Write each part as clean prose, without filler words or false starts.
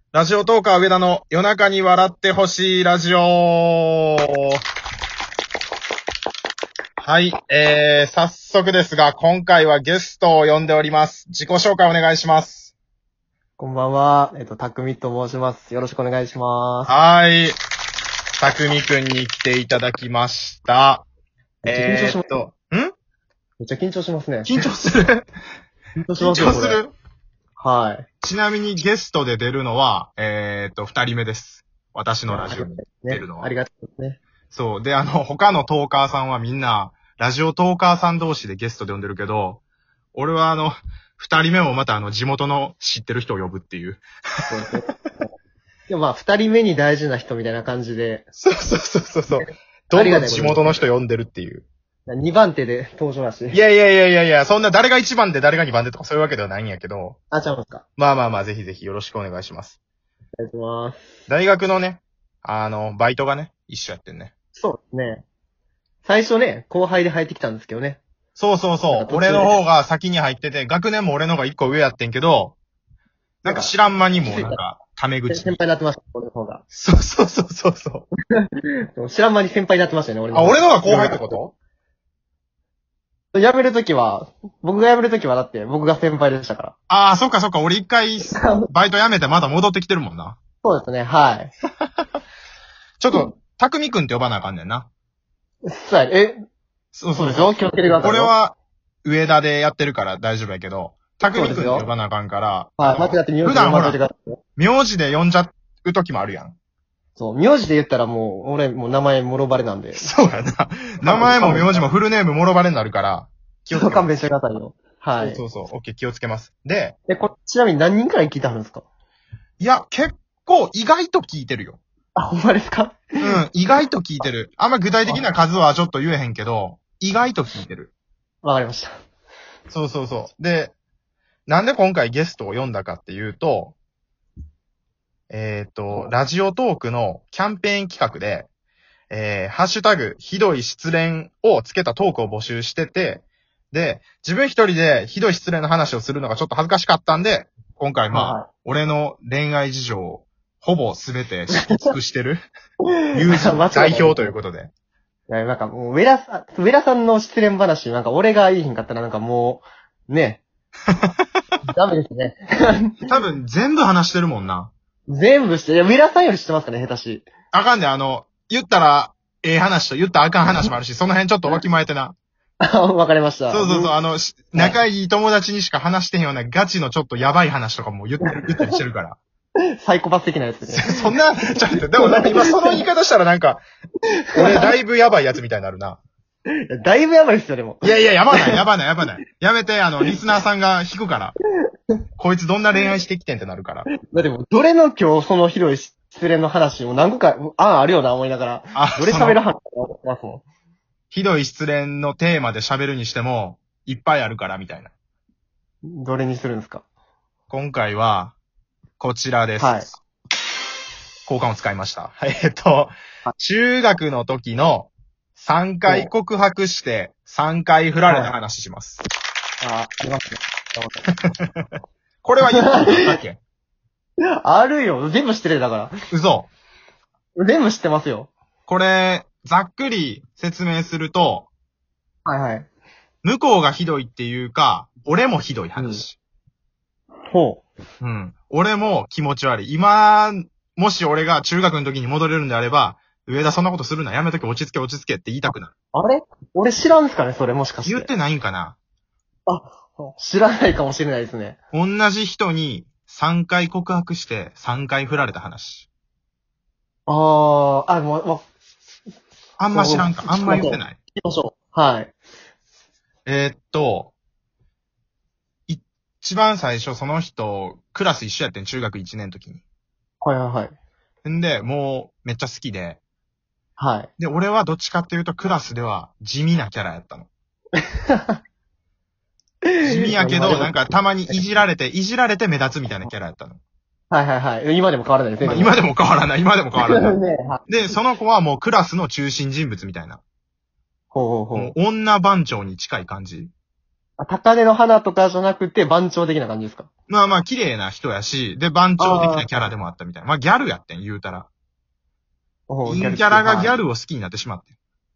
ラジオトーカー上田の夜中に笑ってほしいラジオ。はい、早速ですが、今回はゲストを呼んでおります。自己紹介お願いします。 こんばんは。たくみと申します。よろしくお願いします。 はい。たくみくんに来ていただきました。 めっちゃ緊張します。 めっちゃ緊張しますね。 緊張する緊張しますよ。 緊張するはい。 ちなみにゲストで出るのは、二人目です。私のラジオに出るのは。 ありがとうですね。 そう。で、他のトーカーさんはみんな、ラジオトーカーさん同士でゲストで呼んでるけど、俺は二人目もまた地元の知ってる人を呼ぶっていう。 そうですね。でもまあ、二人目に大事な人みたいな感じで。 そう。どんどん地元の人呼んでるっていう。 2番手で登場だし。 いや、そんな誰が1番で誰が2番でとかそういうわけではないんやけど。 あ、ちゃうんですか。 まあ、ぜひよろしくお願いします。 お願いします。 大学のね、バイトがね、一緒やってんね。 そうですね。最初ね、後輩で入ってきたんですけどね。 そう。俺の方が先に入ってて、学年も俺の方が1個上やってんけど、なんか知らん間にもタメ口。 先輩になってました、俺の方が。 そう。 知らん間に先輩になってましたね、俺のあ、 方が。 俺の方が後輩ってこと？ 辞めるときは、僕が辞めるときはだって僕が先輩でしたから。 ああ、そっか。俺一回、バイト辞めてまだ戻ってきてるもんな。 そうですね、はい。 ちょっと、たくみくんって呼ばなあかんねんな。 そうですよ、気をつけてください。 これは、上田でやってるから大丈夫やけど、たくみくんって呼ばなあかんから、 はい、間違って名字で普段ほら呼ばせてください。 名字で呼んじゃう時もあるやん。 そう、名字で言ったらもう、俺もう名前もろバレなんで。 そうやな。名前も名字もフルネームもろバレになるから、 気をつけて。勘弁してくださいよ。はい。 そう。オッケー、気をつけます。で、 ちなみに何人くらい聞いてはるんですか？ いや、結構意外と聞いてるよ。 あ、ほんまですか？ うん、意外と聞いてる。あんま具体的な数はちょっと言えへんけど、意外と聞いてる。 わかりました。 そう。で、なんで今回ゲストを呼んだかっていうと、ラジオトークのキャンペーン企画で、ハッシュタグ、ひどい失恋をつけたトークを募集してて、で、自分一人でひどい失恋の話をするのがちょっと恥ずかしかったんで、今回俺の恋愛事情をほぼすべて知り尽くしてる友人代表ということで。 いや、なんかもう、上田さんの失恋話、なんか俺が言いひんかったらなんかもう、ね。ダメですね。 多分全部話してるもんな。 全部して、いや、上田さんより知ってますかね、下手し。 あかんで、言ったら、ええ話と言ったらあかん話もあるし、その辺ちょっとわきまえてな。 わかりました。 そう。仲いい友達にしか話してへんようなガチのちょっとやばい話とかも言ったりしてるから。 サイコパス的なやつね。 そんな、ちょっと、でもなんか今その言い方したらなんか、俺だいぶやばいやつみたいになるな。 だいぶやばいっすよ、でも。 いや、やばない。やめて、リスナーさんが引くから。こいつどんな恋愛してきてんってなるから。 でも、どれの今日そのひどい失恋の話も何個か、あるよな、思いながら。どれ喋る話か思ってますもん。 ひどい失恋のテーマで喋るにしても、いっぱいあるから、みたいな。 どれにするんですか？ 今回は、こちらです。 はい。 交換を使いました。中学の時の3回告白して3回振られた話します。 ありますね。 これは言ったっけ？ あるよ。全部知ってるだから。 嘘。 全部知ってますよ。 これ、ざっくり説明すると、 はい。 向こうがひどいっていうか、俺もひどい話。 ほう。俺も気持ち悪い。今、もし俺が中学の時に戻れるんであれば、上田そんなことするな、やめとけ、落ち着けって言いたくなる。 あれ？俺知らんすかね、それもしかして。 言ってないんかな？ 知らないかもしれないですね。 同じ人に3回告白して3回振られた話。 もう、 あんま知らんか。あんま言ってない。 行きましょう。はい。 一番最初その人、クラス一緒やってん、中学1年の時に。 はい。 んで、もうめっちゃ好きで。 はい。 で、俺はどっちかっていうとクラスでは地味なキャラやったの。地味やけど、なんかたまにいじられて目立つみたいなキャラやったの。 はい。今でも変わらないですね。 今でも変わらない。 ね、 で、その子はもうクラスの中心人物みたいな。 ほう。 女番長に近い感じ。 高嶺の花とかじゃなくて番長的な感じですか？ まあまあ、綺麗な人やし、で、番長的なキャラでもあったみたいな。まあ、ギャルやってん、言うたら。陰キャラがギャルを好きになってしまって。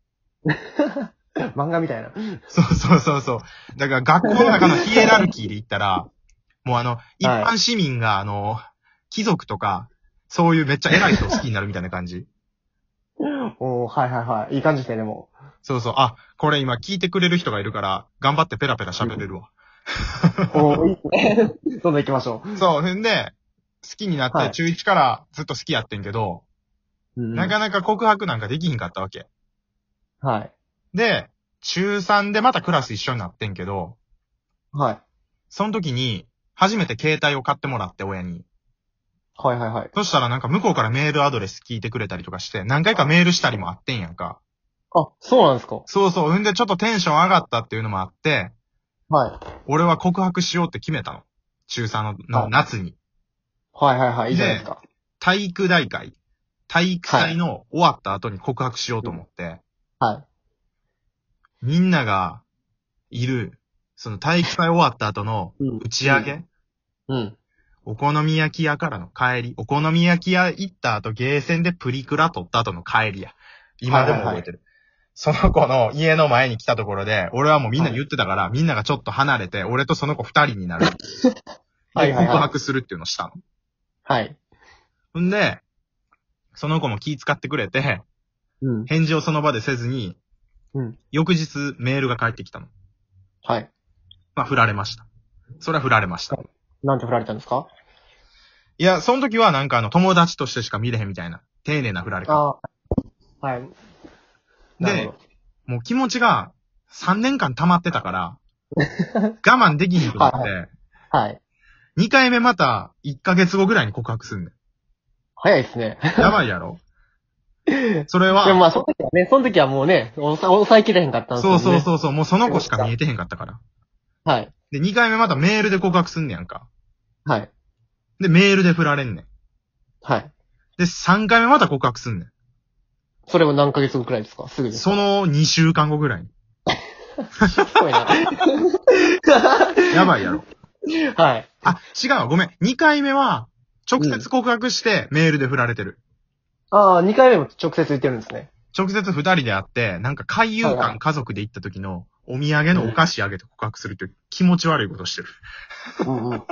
漫画みたいな。 そうそうそうそう。だから学校の中のヒエラルキーで言ったら、もう一般市民が貴族とか、そういうめっちゃ偉い人を好きになるみたいな感じ。 おー、はいはいはい。いい感じですね、でも。 そうそう。あ、これ今聞いてくれる人がいるから、頑張ってペラペラ喋れるわ。 おー、いいですね。どんどん行きましょう。 そう。んで、好きになっはいて中1からずっと好きやってんけど、なかなか告白なんかできひんかったわけ。 はい。 で、中3でまたクラス一緒になってんけど、 はい。 その時に、初めて携帯を買ってもらって親に。 はいはいはい。 そしたらなんか向こうからメールアドレス聞いてくれたりとかして、何回かメールしたりもあってんやんか。 あ、そうなんですか？ そうそう。んでちょっとテンション上がったっていうのもあって、 はい。 俺は告白しようって決めたの。中3の夏に。 はいはいはい。いいじゃないですか。 体育大会、体育祭の終わった後に告白しようと思って、 はい。 みんながいる、その体育祭終わった後の打ち上げ、 うん。 お好み焼き屋からの帰り、お好み焼き屋行った後ゲーセンでプリクラ撮った後の帰りや。今でも覚えてる。その子の家の前に来たところで、俺はもうみんなに言ってたから、みんながちょっと離れて、俺とその子二人になる。で、告白するっていうのをしたの。 はい。 んで、その子も気遣ってくれて、返事をその場でせずに、翌日メールが返ってきたの。 はい。 まあ、振られました。それは振られました。 なんて振られたんですか？ いや、その時はなんか友達としてしか見れへんみたいな、丁寧な振られ方。 ああ。はい。 で、もう気持ちが3年間溜まってたから、我慢できひんと思って、 はい。 2回目また1ヶ月後ぐらいに告白すんねん。 早いですね。 やばいやろそれは。 でもまあ、その時はもうね、抑えきれへんかったんですよね。 そう、もうその子しか見えてへんかったから。 はい。 で、2回目またメールで告白すんねやんか。 はい。 で、メールで振られんねん。 はい。 で、3回目また告白すんねん。 それは何ヶ月後くらいですか？すぐですか？ その2週間後ぐらいに。 すごいな。 やばいやろ。 はい。 あ、違うわ、ごめん。2回目は、直接告白してメールで振られてる。 ああ、2回目も直接言ってるんですね。 直接2人で会って、なんか海遊館家族で行った時のお土産のお菓子あげて告白するっていう気持ち悪いことしてる。そ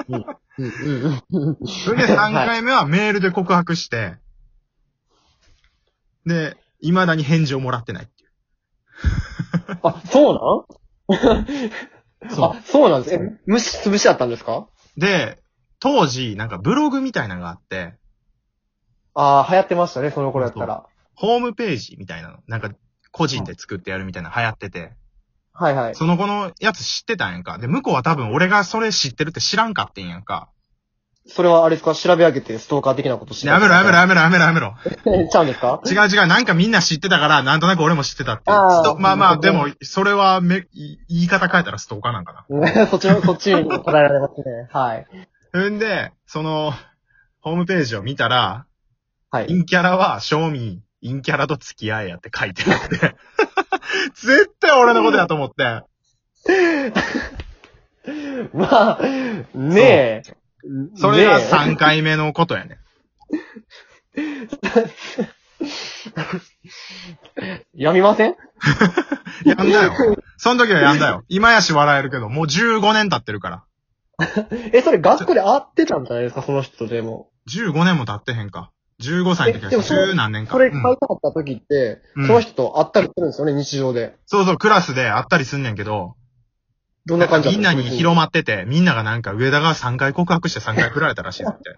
れで3回目はメールで告白して、で、未だに返事をもらってないっていう。 あ、そうなんそう。 あ、そうなんです。虫潰しだったんですか？ で、当時、なんかブログみたいなのがあって、 ああ、流行ってましたね、その頃やったら。 ホームページみたいなの。なんか、個人で作ってやるみたいなの流行ってて。 はいはい。 その子のやつ知ってたんやんか。で、向こうは多分俺がそれ知ってるって知らんかってんやんか。 それはあれですか？調べ上げてストーカー的なことしてた。 やめろ。 ちゃうんですか？ 違う。なんかみんな知ってたから、なんとなく俺も知ってたっていう。まあ、でも、それは言い方変えたらストーカーなんかな。そっちに捉えられますね。はい。 んで、その、ホームページを見たら、 はい。 陰キャラは、賞味、陰キャラと付き合えやって書いてあって、絶対俺のことやと思って。 まあ、ねえ。 それが3回目のことやね。 やみません？ やんだよ。その時はやんだよ。今やし笑えるけど、もう15年経ってるから。 それ学校で会ってたんじゃないですか、その人でも。 15年も経ってへんか。15歳の時は10何年か。 それ書いたかった時って、その人と会ったりするんですよね、日常で。 そう、クラスで会ったりすんねんけど、 どんな感じだったみんなに広まってて、みんながなんか上田が3回告白して3回振られたらしいみたい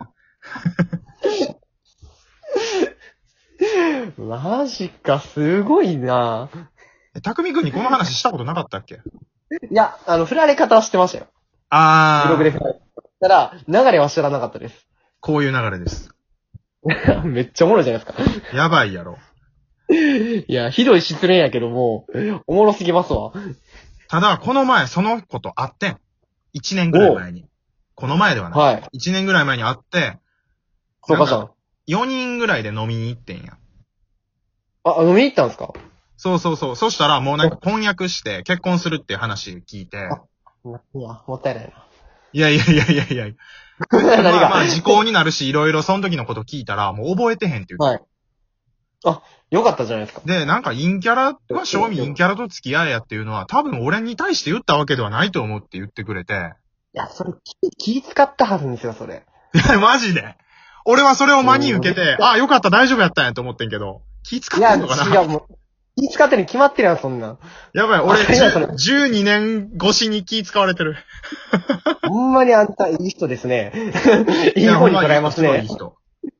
な。マジか、すごいな。 たくみくんにこの話したことなかったっけ？ いや、振られ方は知ってましたよ。ブログで振られたら、流れは知らなかったです。 こういう流れです。 めっちゃおもろいじゃないですか。 やばいやろ。 いや、ひどい失恋やけども、おもろすぎますわ。 ただ、この前その子と会ってん。1年ぐらい前に。この前ではない。 はい。 1年ぐらい前に会って、 そうかじゃん。 4人ぐらいで飲みに行ってんや。 あ、飲みに行ったんですか？ そう。そしたらもうなんか婚約して結婚するっていう話聞いて。 いや、もったいないいやいやいやいやいや。 な。何が、 まあ時効になるし、いろいろその時のこと聞いたら、もう覚えてへんって言って。 はい。あ、よかったじゃないですか。 で、なんか陰キャラは正味陰キャラと付き合えやっていうのは、多分俺に対して言ったわけではないと思って言ってくれて。 いや、それ、気使ったはずですよ、それ。 いや、マジで。俺はそれを真に受けて、あ、よかった、大丈夫やったんやと思ってんけど、気使いや、 ってんのかな。 違う、もう、気使ってるに決まってるやん、そんなん。 やばい、俺、 いやそれ 12年越しに気使われてる。 ほんまにあんたいい人ですね。いい方に捉えますね。 いい人。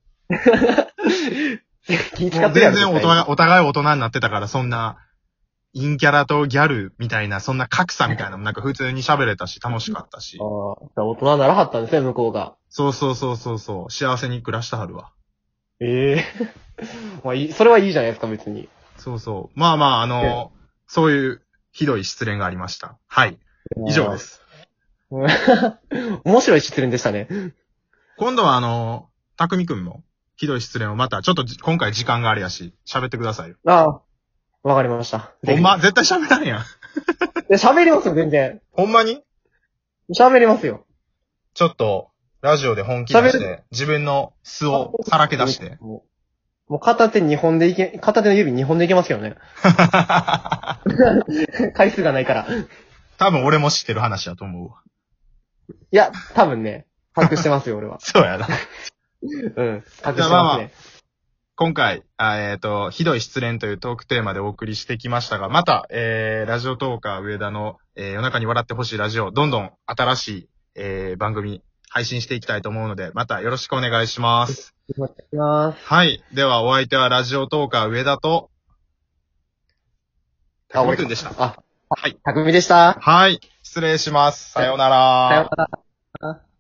気使もうってるやん。 全然絶対お互い大人になってたから、そんな、陰キャラとギャルみたいな、そんな格差みたいなのもなんか普通に喋れたし、楽しかったし。 ああ、大人ならはったんですね、向こうが。 そうそうそうそうそう、幸せに暮らしたはるわ。 ええまあいい、それはいいじゃないですか、別に。 そうそう。まあまあ、そういうひどい失恋がありました。はい。以上です。 うん面白い失恋でしたね。 今度はたくみくんもひどい失恋をまた、ちょっと今回時間があれやし、喋ってくださいよ。 ああ、わかりました。 ほんま絶対喋らんやん。 喋りますよ、全然。 ほんまに喋りますよ。 ちょっと、ラジオで本気出し喋て、自分の素をさらけ出して。 もう片手の指2本でいけますけどね。回数がないから。い多分俺も知ってる話だと思うわ。 や、多分ね、把握してますよ、俺は。 そうやな。 うん、把握してますね。 今回、ひどい失恋というトークテーマでお送りしてきましたが、また、ラジオトーカー上田の、夜中に笑ってほしいラジオ、どんどん新しい、番組配信していきたいと思うので、またよろしくお願いします。 お願いします。 はい。では、お相手はラジオトーカー上田と、たくみくんでした。 あ、 はい。 たくみでした。 はい。失礼します。さようなら。 さようなら。